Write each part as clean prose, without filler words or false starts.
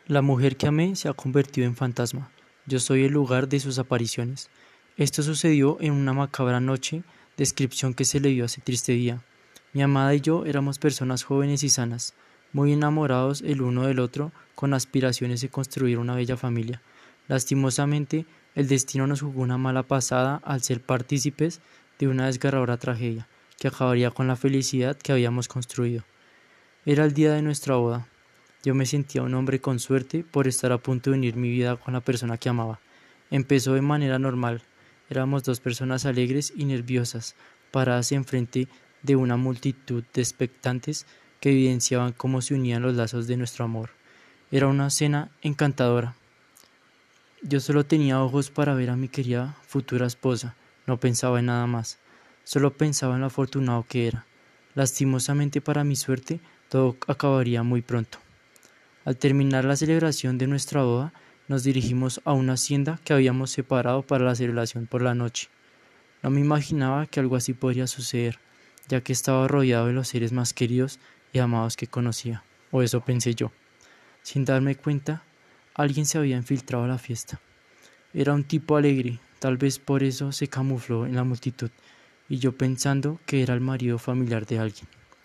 La mujer que amé se ha convertido en fantasma. Yo soy el lugar de sus apariciones. Esto sucedió en una macabra noche, descripción que se le dio a ese triste día. Mi amada y yo éramos personas jóvenes y sanas, muy enamorados el uno del otro, con aspiraciones de construir una bella familia. Lastimosamente, el destino nos jugó una mala pasada al ser partícipes de una desgarradora tragedia, que acabaría con la felicidad que habíamos construido. Era el día de nuestra boda. Yo me sentía un hombre con suerte por estar a punto de unir mi vida con la persona que amaba. Empezó de manera normal. Éramos dos personas alegres y nerviosas, paradas enfrente de una multitud de expectantes que evidenciaban cómo se unían los lazos de nuestro amor. Era una cena encantadora. Yo solo tenía ojos para ver a mi querida futura esposa. No pensaba en nada más. Solo pensaba en lo afortunado que era. Lastimosamente para mi suerte, todo acabaría muy pronto. Al terminar la celebración de nuestra boda, nos dirigimos a una hacienda que habíamos separado para la celebración por la noche. No me imaginaba que algo así podría suceder, ya que estaba rodeado de los seres más queridos y amados que conocía, o eso pensé yo. Sin darme cuenta, alguien se había infiltrado a la fiesta. Era un tipo alegre, tal vez por eso se camufló en la multitud, y yo pensando que era el marido familiar de alguien.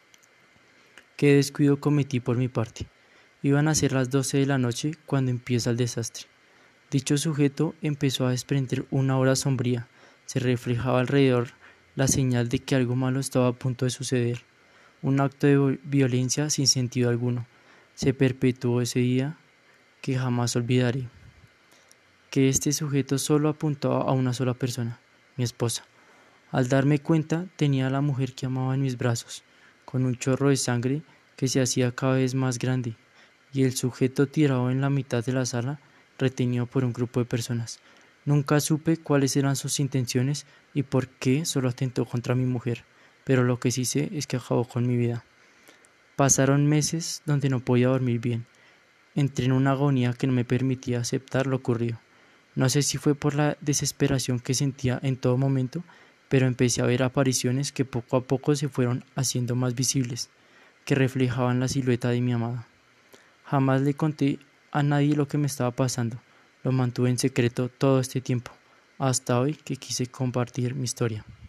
Qué descuido cometí por mi parte. Iban a ser las 12 de la noche cuando empieza el desastre. Dicho sujeto empezó a desprender una aura sombría. Se reflejaba alrededor la señal de que algo malo estaba a punto de suceder. Un acto de violencia sin sentido alguno. Se perpetuó ese día que jamás olvidaré. Que este sujeto solo apuntaba a una sola persona, mi esposa. Al darme cuenta, tenía a la mujer que amaba en mis brazos, con un chorro de sangre que se hacía cada vez más grande, y el sujeto tirado en la mitad de la sala, retenido por un grupo de personas. Nunca supe cuáles eran sus intenciones y por qué solo atentó contra mi mujer, pero lo que sí sé es que acabó con mi vida. Pasaron meses donde no podía dormir bien. Entré en una agonía que no me permitía aceptar lo ocurrido. No sé si fue por la desesperación que sentía en todo momento, pero empecé a ver apariciones que poco a poco se fueron haciendo más visibles, que reflejaban la silueta de mi amada. Jamás le conté a nadie lo que me estaba pasando, lo mantuve en secreto todo este tiempo, hasta hoy que quise compartir mi historia.